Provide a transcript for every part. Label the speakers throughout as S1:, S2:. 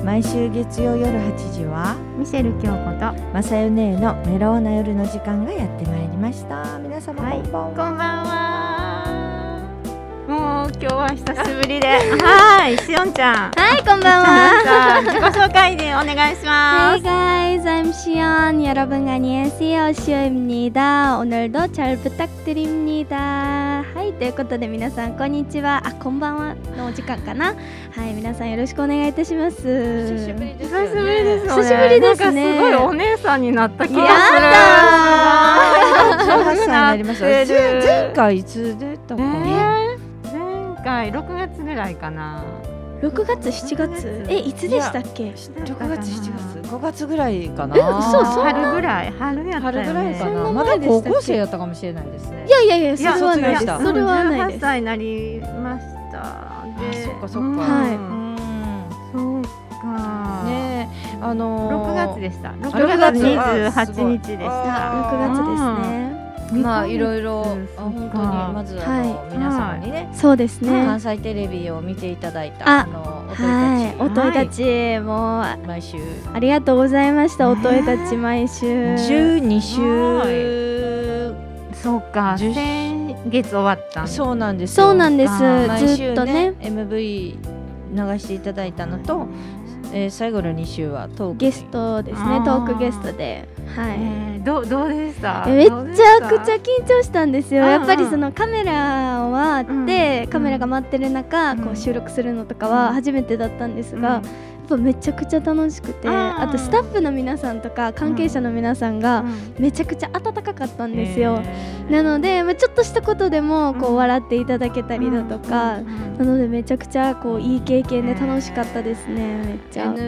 S1: 毎週月曜夜8時は
S2: ミシェル京子と
S1: まさよねのメローな夜の時間がやってまいりました。皆様こんばんは。
S2: こんばんは。もう今日は久しぶりではい、しおんちゃん。
S3: はい、こんばんは。
S2: 自己紹介でお願いします。
S3: Hey guys, I'm Shion. 여러분 안녕하세요. 시오입니다. 오늘도 잘 부탁드립니다. はい、ということで皆さんこんにちは。こんばんはのお時間かな。はい、皆さんよろしくお願いいたします。
S1: 久しぶりですよね。
S2: 久しぶりですよね。
S3: 久しぶりですね。
S2: なんかすごいお姉さんになった気がする。
S3: や
S1: 18歳になりました。前回いつ出たかな。
S2: 前回6月ぐらいかな。
S3: 6月7月いつでしたっけ。
S1: 6月7月5月ぐらいかな。
S3: そう
S2: 春ぐらい、春やったよね。
S1: 春ぐらいかな。まだ高校生やったかもしれないですね。
S3: いやそれはないです。それはないです。
S2: 18歳になりました。で、
S1: そっかそっか。
S2: そうか。ね、6月でした。6月28日でした。
S3: 6月ですね。
S1: まあいろいろ本当にまず皆様にね、
S3: そうですね、
S1: 関西テレビを見ていただいた
S3: おといたちも
S1: 毎週
S3: ありがとうございました。おといたち毎週
S1: 12週、
S2: そうか、先月終わった。
S1: そうなんです。
S3: そうなんです。ずっとね
S1: MV 流していただいたのと、最後の2週はトーク
S3: ゲストですね。トークゲストで、はい、
S2: どうでした？
S3: めちゃくちゃ緊張したんですよ。やっぱりそのカメラはあって、カメラが待ってる中こう収録するのとかは初めてだったんですが、やっぱめちゃくちゃ楽しくて、あとスタッフの皆さんとか関係者の皆さんがめちゃくちゃ温かかったんですよ。なので、ちょっとしたことでもこう笑っていただけたりだとか、なのでめちゃくちゃこういい経験で楽しかったですね。めっちゃ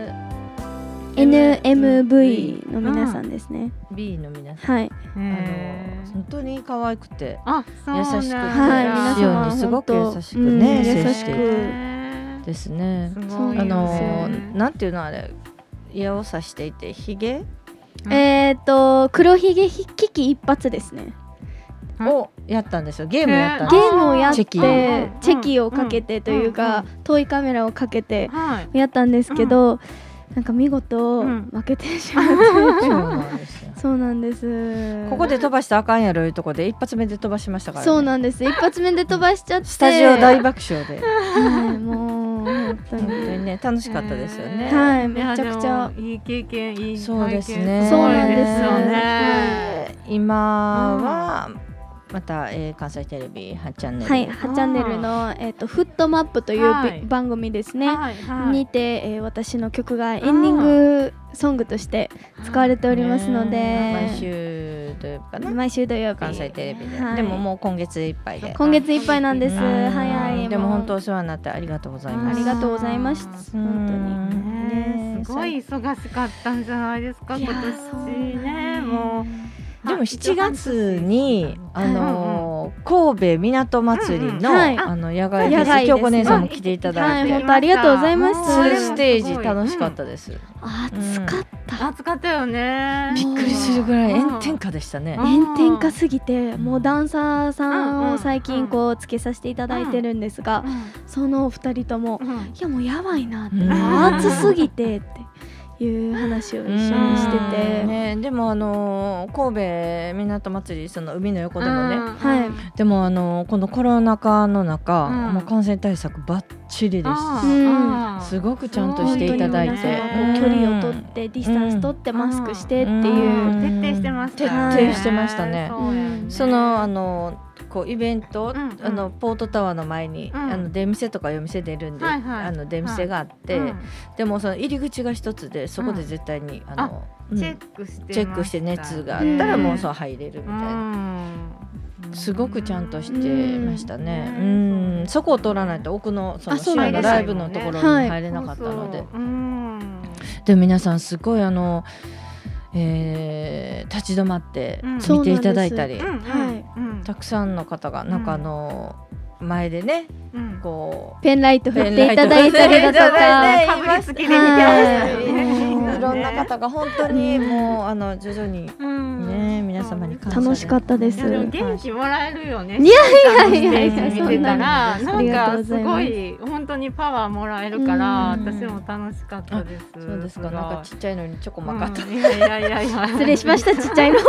S3: NMV の皆さんですね。
S1: B の皆さん、はい、本当に可愛くて優しくて、シオにすごく優しくね、優しくですね。なんていうのあれ、矢を刺していてひげ、
S3: 黒ひげ危機一髪ですね。
S1: をやったんですよ。ゲームやったん
S3: です。ゲームをやってチ
S1: ェ
S3: キをかけてというか、遠いカメラをかけてやったんですけど、なんか見事負けてしまって、そうなんです。
S1: ここで飛ばしたらあかんやろいうとこで一発目で飛ばしましたからね。
S3: そうなんです。一発目で飛ばしちゃって
S1: スタジオ大爆笑で、
S3: もう本当に
S1: ね、楽しかったですよね。
S3: はい、めちゃくちゃ
S2: いい経験、いい
S1: そうですね。
S3: そうなんですよね。
S1: 今はまた、関西テレビ8チャンネル、
S3: はい、8チャンネルの、フットマップという番組ですね、にて、私の曲がエンディングソングとして使われておりますので、
S1: 毎週土曜日かな。
S3: 毎週土曜日
S1: 関西テレビで、でももう今月いっぱいで、
S3: 今月いっぱいなんです。早い。
S1: でも本当お世話になってありがとうございます。
S3: ありがとうございます。本当に
S2: ね、すごい忙しかったんじゃないですか、今年ね。もう
S1: でも7月に神戸港祭りの野外フェス、京子姉さんも来ていただいて、
S3: 本当ありがとうございます。
S1: 2ステージ楽しかったです。
S3: 暑
S2: かったよね。
S1: びっくりするぐらい炎天下でしたね。
S3: 炎天下すぎて、もうダンサーさんを最近こうつけさせていただいてるんですが、そのお二人ともいやもうやばいなって、暑すぎてっていう話を一緒にしてて、
S1: ね、でも神戸港祭り、その海の横でもね、でもこのコロナ禍の中、もう感染対策バッチリです。すごくちゃんとしていただいて、
S3: 距離を取ってディスタンス取ってマスクしてっていう
S2: 徹底してました。
S1: 徹底してましたね。そのこうイベント、ポートタワーの前に出店とか夜店出るんで、出店があって、でもその入り口が一つで、そこで絶対に
S2: チェッ
S1: クして熱があったらもうそう入れるみたいな、すごくちゃんとしてましたね。そこを通らないと奥のそのシアのライブのところに入れなかったので、でも皆さんすごい立ち止まって見ていただいたり、たくさんの方がなんか前でね、こう
S3: ペンライト振っていただいたりだとか、
S2: かぶりつきで見てましたよね。
S1: いろんな方が本当にもう徐々にね、皆皆様に感謝で
S3: 楽しかったです。
S2: 元気もらえるよね。
S3: いやいやいや
S2: 見てたらなんかすごい本当にパワーもらえるから私も楽しかったです。
S1: そうですか。なんかちっちゃいのにチョコまかった。
S2: いや
S3: 失礼しました。ちっちゃいの。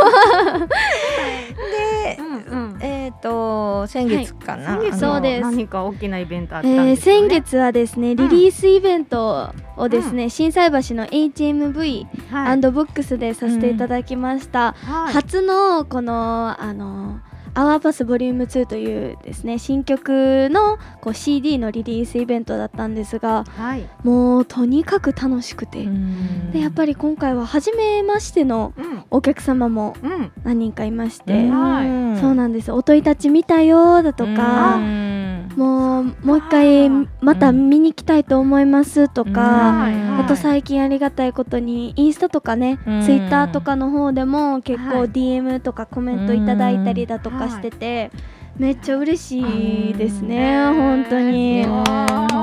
S1: で、先月かな。
S3: そうです。
S2: 何か大きなイベントあったんですかね。
S3: 先月はですねリリースイベントをですね心斎橋の HMV& ブックスでさせていただきました。初のこのアワーパスボリューム2というですね新曲のこう CD のリリースイベントだったんですが、もうとにかく楽しくて、でやっぱり今回は初めましてのお客様も何人かいまして、そうなんです。音いたち見たよだとか、もう一回また見に来たいと思いますとか、あと最近ありがたいことにインスタとかね、ツイッターとかの方でも結構 DM とかコメントいただいたりだとかしてて、めっちゃ嬉しいですね。本当にやった、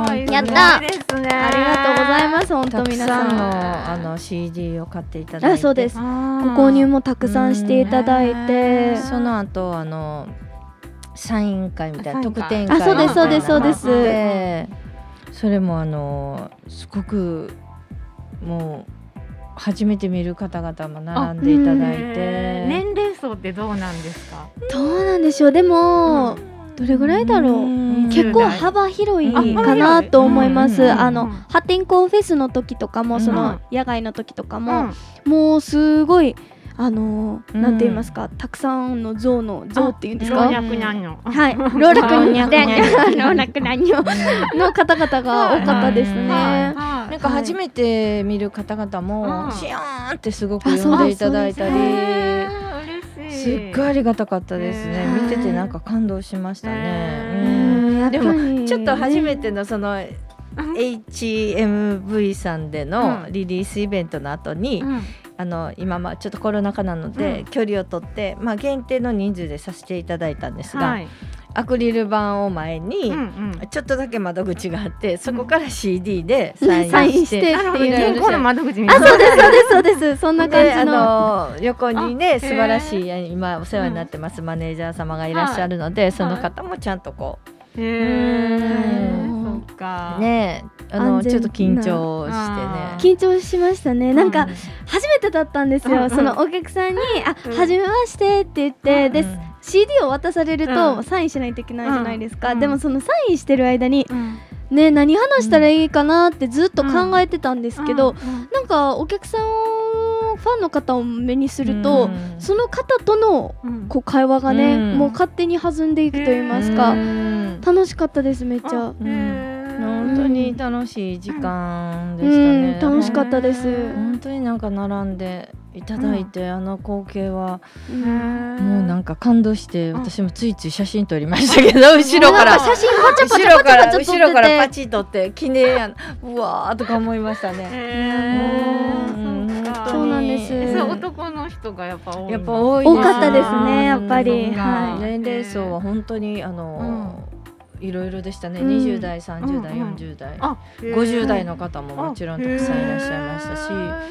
S3: ありがとうございます。本当皆さん
S1: たくさんのCD を買っていただいて、
S3: そうです。ご購入もたくさんしていただいて、
S1: その後サイン会みたいな特典会みたいなのが
S3: そうです。
S1: それもすごくもう初めて見る方々も並んでいただいて、
S2: 年齢層ってどうなんですか？
S3: どうなんでしょう。でも、どれぐらいだろう。結構幅広いかなと思います。破天荒フェスの時とかも、その野外の時とかも、もうすごいなんて言いますか、たくさんの像っていうんですか、
S2: 老若男女、
S3: はい、老若男女の方々が多かったですね。
S1: なんか初めて見る方々もシヤーンってすごく呼んでいただいたり、すっごいありがたかったですね。見ててなんか感動しましたね。でもちょっと初めてのそのHMV さんでのリリースイベントの後に、今ちょっとコロナ禍なので距離を取って、限定の人数でさせていただいたんですが、アクリル板を前にちょっとだけ窓口があって、そこから CD でサインして
S2: っていう銀行の窓口みたいな。
S3: そうです。そんな感じの
S1: 横にね、素晴らしい今お世話になってますマネージャー様がいらっしゃるので、その方もちゃんとこう
S2: そうか
S1: ね、ちょっと緊張してね。
S3: 緊張しましたね。なんか初めてだったんですよ。そのお客さんに初めましてって言って、で CD を渡されるとサインしないといけないじゃないですか。でもそのサインしてる間にね、何話したらいいかなってずっと考えてたんですけど、なんかお客さんファンの方を目にすると、その方とのこう会話がね、もう勝手に弾んでいくと言いますか、楽しかったです。めっちゃ
S1: 本当に楽しい時間でしたね。
S3: 楽しかったです。
S1: 本当になんか並んでいただいて、光景はもうなんか感動して、私もついつい写真撮りましたけど、後ろからパチッ撮って記念やな、うわーとか思いましたね。
S3: そうなんです。
S2: 男の人がやっぱ多
S3: かったですね。やっぱり
S1: 年齢層は本当にいろいろでしたね。20代、30代、40代、50代の方ももちろんたくさんいらっしゃいましたし、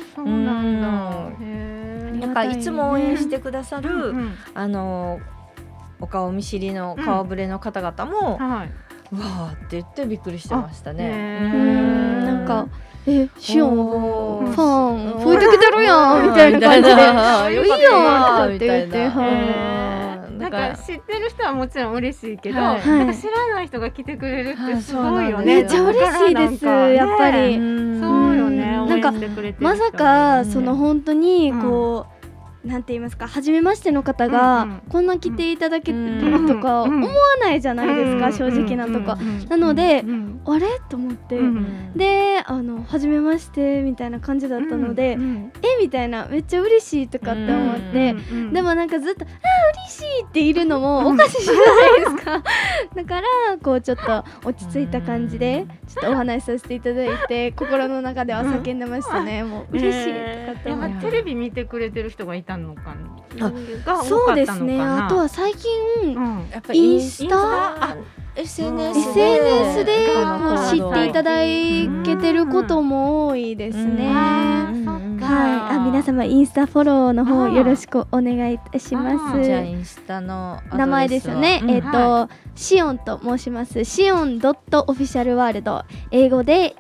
S1: なんかいつも応援してくださるお顔見知りの顔ぶれの方々もわーって言ってびっくりしてましたね。
S3: なんかシオンファン増えてきてるやんみたいな感じで、いいよとかって言って、
S2: なんか知ってる人はもちろん嬉しいけど、なんか知らない人が来てくれるってすごいよね。
S3: めっちゃ嬉しいです。やっぱり
S2: そうよね。
S3: なんかまさかその本当にこうなんて言いますか、初めましての方がこんな来ていただけるとか思わないじゃないですか、正直なとこ。なのであれと思って、で初めましてみたいな感じだったので、みたいな、めっちゃ嬉しいとかって思って、でもなんかずっと嬉しいっているのもおかしいじゃないですか。だからこうちょっと落ち着いた感じでちょっとお話しさせていただいて、心の中では叫んでましたね。もう嬉しいとかって思って。
S2: テレビ見てくれてる人がいたのかな。
S3: そうですね。あとは最近やっぱりインスタ、SNS で知っていただけてることも多いですね。 はい、皆様インスタフォローの方よろしくお願いいたします。
S1: じゃあインスタの
S3: 名前ですよね。シオンと申します。シオン.officialworld、英語で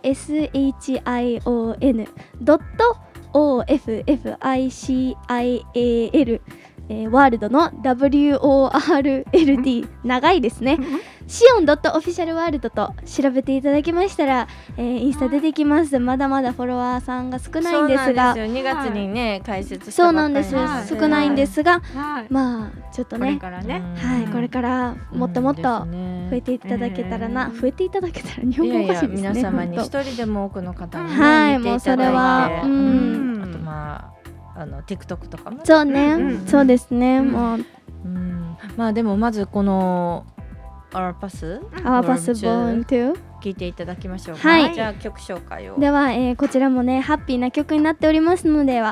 S3: SHION.OFFICIAL、ワールドの WORLD、 長いですね。シオン.officialworld と調べていただきましたら、インスタ出てきます。まだまだフォロワーさんが少ないんですが、
S1: そうなんですよ。2月にね、開設した
S3: そうなんです、少ないんですが、まあちょっとね、これからね、これからもっともっと増えていただけたらな、増えていただけたら日本語おかしいですね。
S1: 皆様に一人でも多くの方に見ていただいて、
S3: もうそれは、
S1: あとまあTikTok とかも、
S3: そうね、そうですね、もう、
S1: まあでもまずこのOur Pass Volume 2聞いていただきましょうか。はい、じゃあ曲紹介を。
S3: では、こちらもねハッピーな曲になっておりますので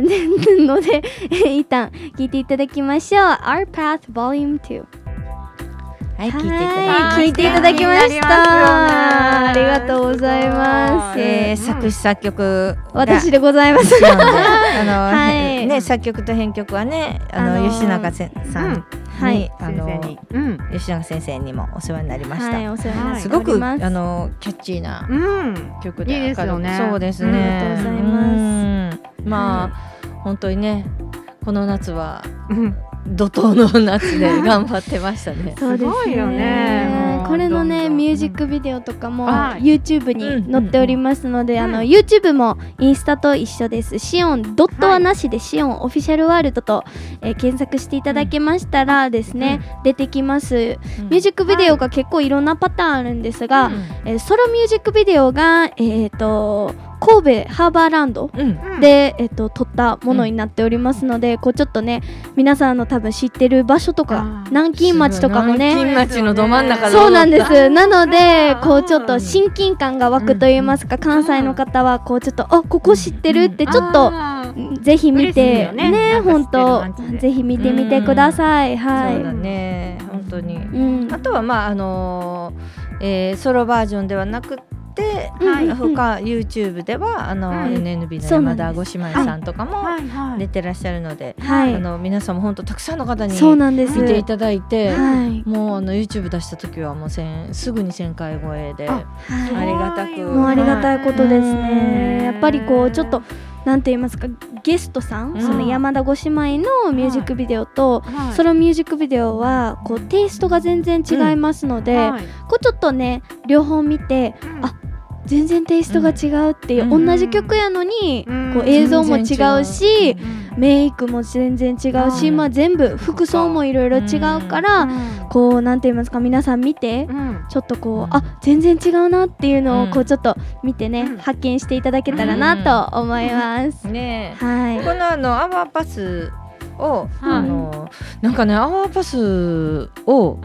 S3: 一旦聞いていただきましょう。 Our Path Volume 2、
S1: はい、聞
S3: いていただきました。ありがとうございます。
S1: 作詞作曲
S3: 私でございます。
S1: 作曲と編曲はね、吉永さんに、吉永先生にもお世話になりました。すごくキャッチーな曲で、いいですよね。そうですね。
S3: ありがとうございます。
S1: まあ本当にね、この夏は怒涛の夏で頑張ってましたね。
S3: そうですよね。これのねミュージックビデオとかも YouTube に載っておりますので、YouTube もインスタと一緒です。シオンドットはなしでシオンオフィシャルワールドと検索していただけましたらですね、出てきます。ミュージックビデオが結構いろんなパターンあるんですが、ソロミュージックビデオが神戸ハーバーランドで、撮ったものになっておりますので、こうちょっとね皆さんの多分知ってる場所とか南京町とかもね、
S1: 南京町のど真ん中で、
S3: そうなんです。なのでこうちょっと親近感が湧くと言いますか、関西の方はこうちょっとここ知ってるってちょっとぜひ見てね、本当ぜひ見てみてください。はい。
S1: そうだね、本当に。あとはまあソロバージョンではなくで、他 YouTube ではNNB の山田ご姉妹さんとかも出てらっしゃるので、皆さんも本当たくさんの方に見ていただいて、もうYouTube 出した時はもうすぐに1000回超えで、ありがたく、
S3: もうありがたいことですね。やっぱりこうちょっとなんて言いますか、ゲストさん、その山田ご姉妹のミュージックビデオと、ソロミュージックビデオはこうテイストが全然違いますので、こうちょっとね両方見て、全然テイストが違うっていう、同じ曲やのにこう映像も違うし、メイクも全然違うし、全部服装もいろいろ違うから、こうなんて言いますか、皆さん見てちょっとこう全然違うなっていうのをこうちょっと見てね、発見していただけたらなと思いますね。はい。
S1: このアワーパスをなんかね、アワーパスを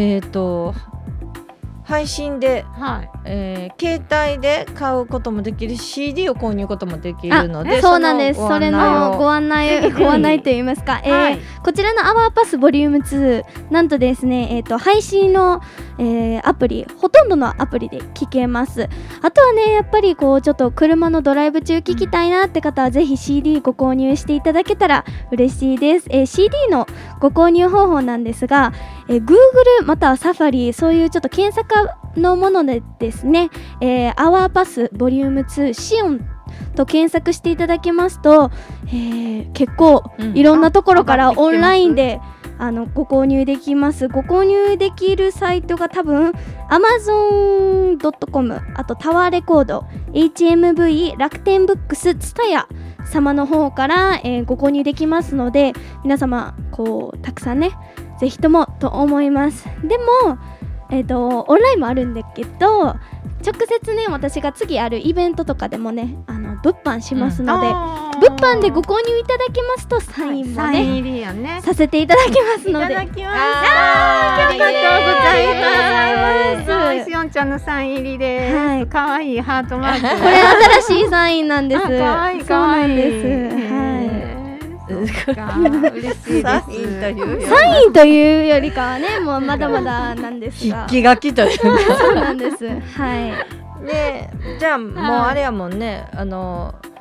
S1: 配信で、携帯で買うこともできるし CD を購入こともできるので、
S3: そうなんです。それのご案内といいますか、こちらのアワーパスボリューム2、なんとですね、配信の、アプリ、ほとんどのアプリで聴けます。あとはね、やっぱりこうちょっと車のドライブ中聴きたいなって方はぜひ CD ご購入していただけたら嬉しいです。CD のご購入方法なんですが、Google または Safari、 そういうちょっと検索のものでですね、アワーパスボリューム2シオンと検索していただきますと、結構いろんなところからオンラインでご購入できます。ご購入できるサイトが多分 Amazon.com、 あとタワーレコード、 HMV、 楽天ブックス、ツタヤ様の方から、ご購入できますので、皆様こうたくさんねぜひともと思います。でもオンラインもあるんだけど、直接ね私が次あるイベントとかでもね物販しますので、物販でご購入いただけますとサインもね、させていただきますので、
S2: ありがとうございます。しおんちゃんのサイン入りです。かわいいハートマーク。
S3: これ新しいサインなんです。かわいいかわいい。
S2: 嬉しいです。サ
S3: インというよりかはね、もうまだまだなんですが、
S1: 筆記書きという
S3: そうなんです。はい。
S1: で、じゃあもうあれやもんね、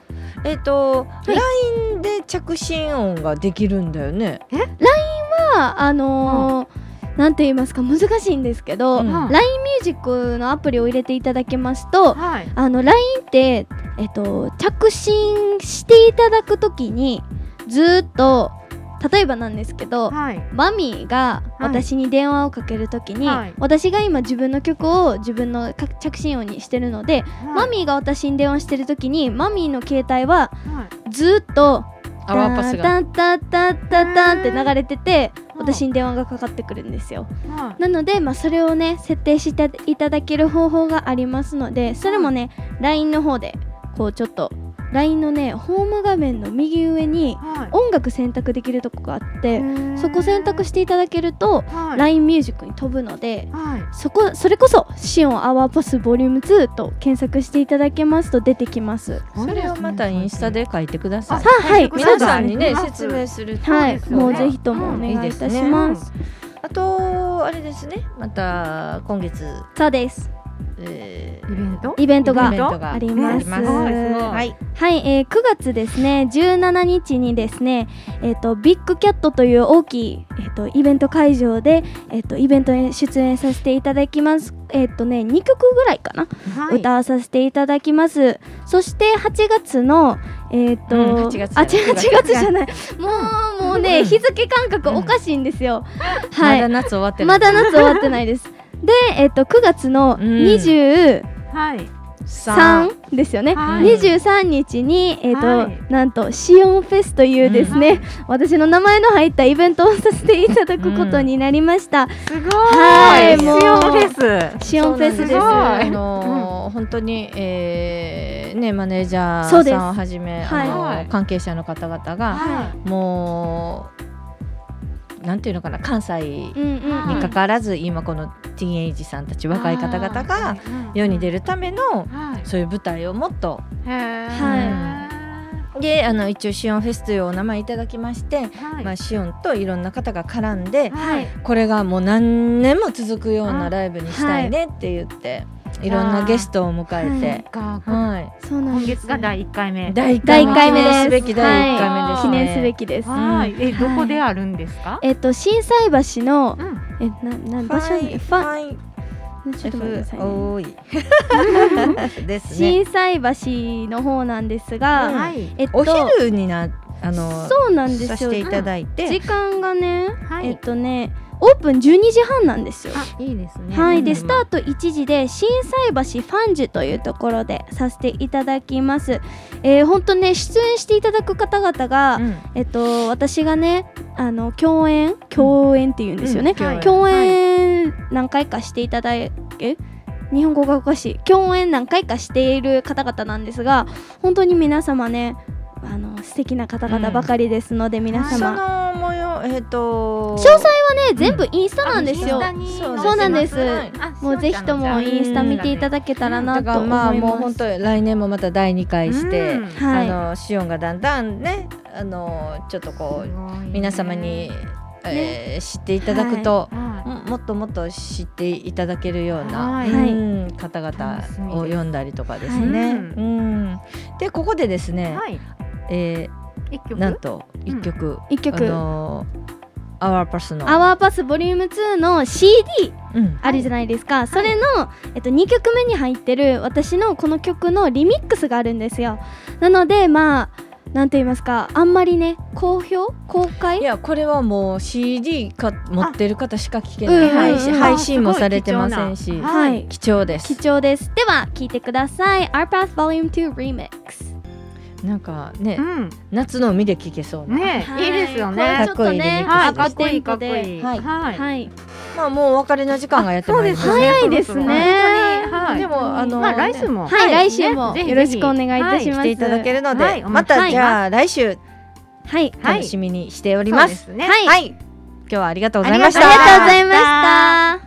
S1: LINE で着信音ができるんだよね。
S3: LINE はなんて言いますか難しいんですけど、LINE ミュージックのアプリを入れていただきますと、LINE って、着信していただくときにずっと例えばなんですけど、マミーが私に電話をかけるときに、私が今自分の曲を自分の着信音にしてるので、マミーが私に電話してるときにマミーの携帯はずっと
S1: アワーパスが
S3: タンタンタンタンタンって流れてて、私に電話がかかってくるんですよ。なので、それをね設定していただける方法がありますので、それもね LINE の方でこうちょっと LINE のねホーム画面の右上に音楽選択できるとこがあって、そこ選択していただけると LINE ミュージックに飛ぶので、それこそシオンアワーパスボリューム2と検索していただけますと出てきます。
S1: それをまたインスタで書いてください。
S3: はい、
S1: 皆さんにね説明すると、
S3: もうぜひともお願いいたします。
S1: あとあれですね、また今月
S3: そうです、イベントがあります。はい、9月ですね17日にですね、ビッグキャットという大きい、イベント会場で、イベントに出演させていただきます。2曲ぐらいかな、歌わさせていただきます。そして8月の8月じゃないもうね、日付感覚おかしいんですよ。
S1: まだ夏終わってない。
S3: まだ夏終わってないです。で、9月の23ですよね、23日に、なんとシオンフェスというですね、私の名前の入ったイベントをさせていただくことになりました。
S2: すごい、
S3: もう
S2: シオンフェス、
S3: シオンフェスです。
S1: 本当に、マネージャーさんをはじめ、関係者の方々が、もうなんていうのかな、関西にかかわらず、今このティーンエイジさんたち若い方々が世に出るためのそういう舞台をもっと、で一応シオンフェスというお名前いただきまして、シオンといろんな方が絡んで、これがもう何年も続くようなライブにしたいねって言って、いろんなゲストを迎えて、
S2: 今月が第1回目、
S3: 第1回目です。
S1: 記念すべき第1回目ですね。
S3: 記念すべきです。
S2: どこであるんですか？
S3: 心斎橋の場所にちょっと待ってくださいね。心斎橋の方なんですが、
S1: お昼に
S3: そうなんですよ。
S1: させていただいて、
S3: 時間がね、オープン12時半なんですよ。
S2: いいですね。
S3: でスタート1時で心斎橋ファンジュというところでさせていただきます。本当ね、出演していただく方々が、私がね共演っていうんですよね。共演何回かしていただいて、日本語がおかしい、共演何回かしている方々なんですが、本当に皆様ね素敵な方々ばかりですので、皆様、
S1: その模様、
S3: 詳細はね全部インスタなんですよ。そうなんです。もうぜひともインスタ見ていただけたらなと思います。
S1: もう本当来年もまた第2回して、シオンがだんだんねちょっとこう皆様に知っていただくと、もっともっと知っていただけるような方々を呼んだりとかですね。でここでですね、なんと1曲アワーパスボリューム2の CD あるじゃないですか。それの、2曲目に入ってる私のこの曲のリミックスがあるんですよ。なのでなんて言いますか、あんまりね公開、いやこれはもう CD 持ってる方しか聴けない、配信もされてませんし、貴重です。
S3: では聴いてください。 Our Path Volume 2 Remix。
S1: なんかね、夏の海で聴けそうな、
S2: いいですよね。
S3: ちょっとね
S2: かっこいいかっこいい。
S1: もうお別れの時間がやってまいりました。
S3: 早いですね。
S1: でも
S2: 来週も
S3: 来週もよろしくお願いいたします。
S1: 来ていただけるので、またじゃあ来週楽しみにしております。
S3: はい、
S1: 今日はありがとうございました。
S3: ありがとうございました。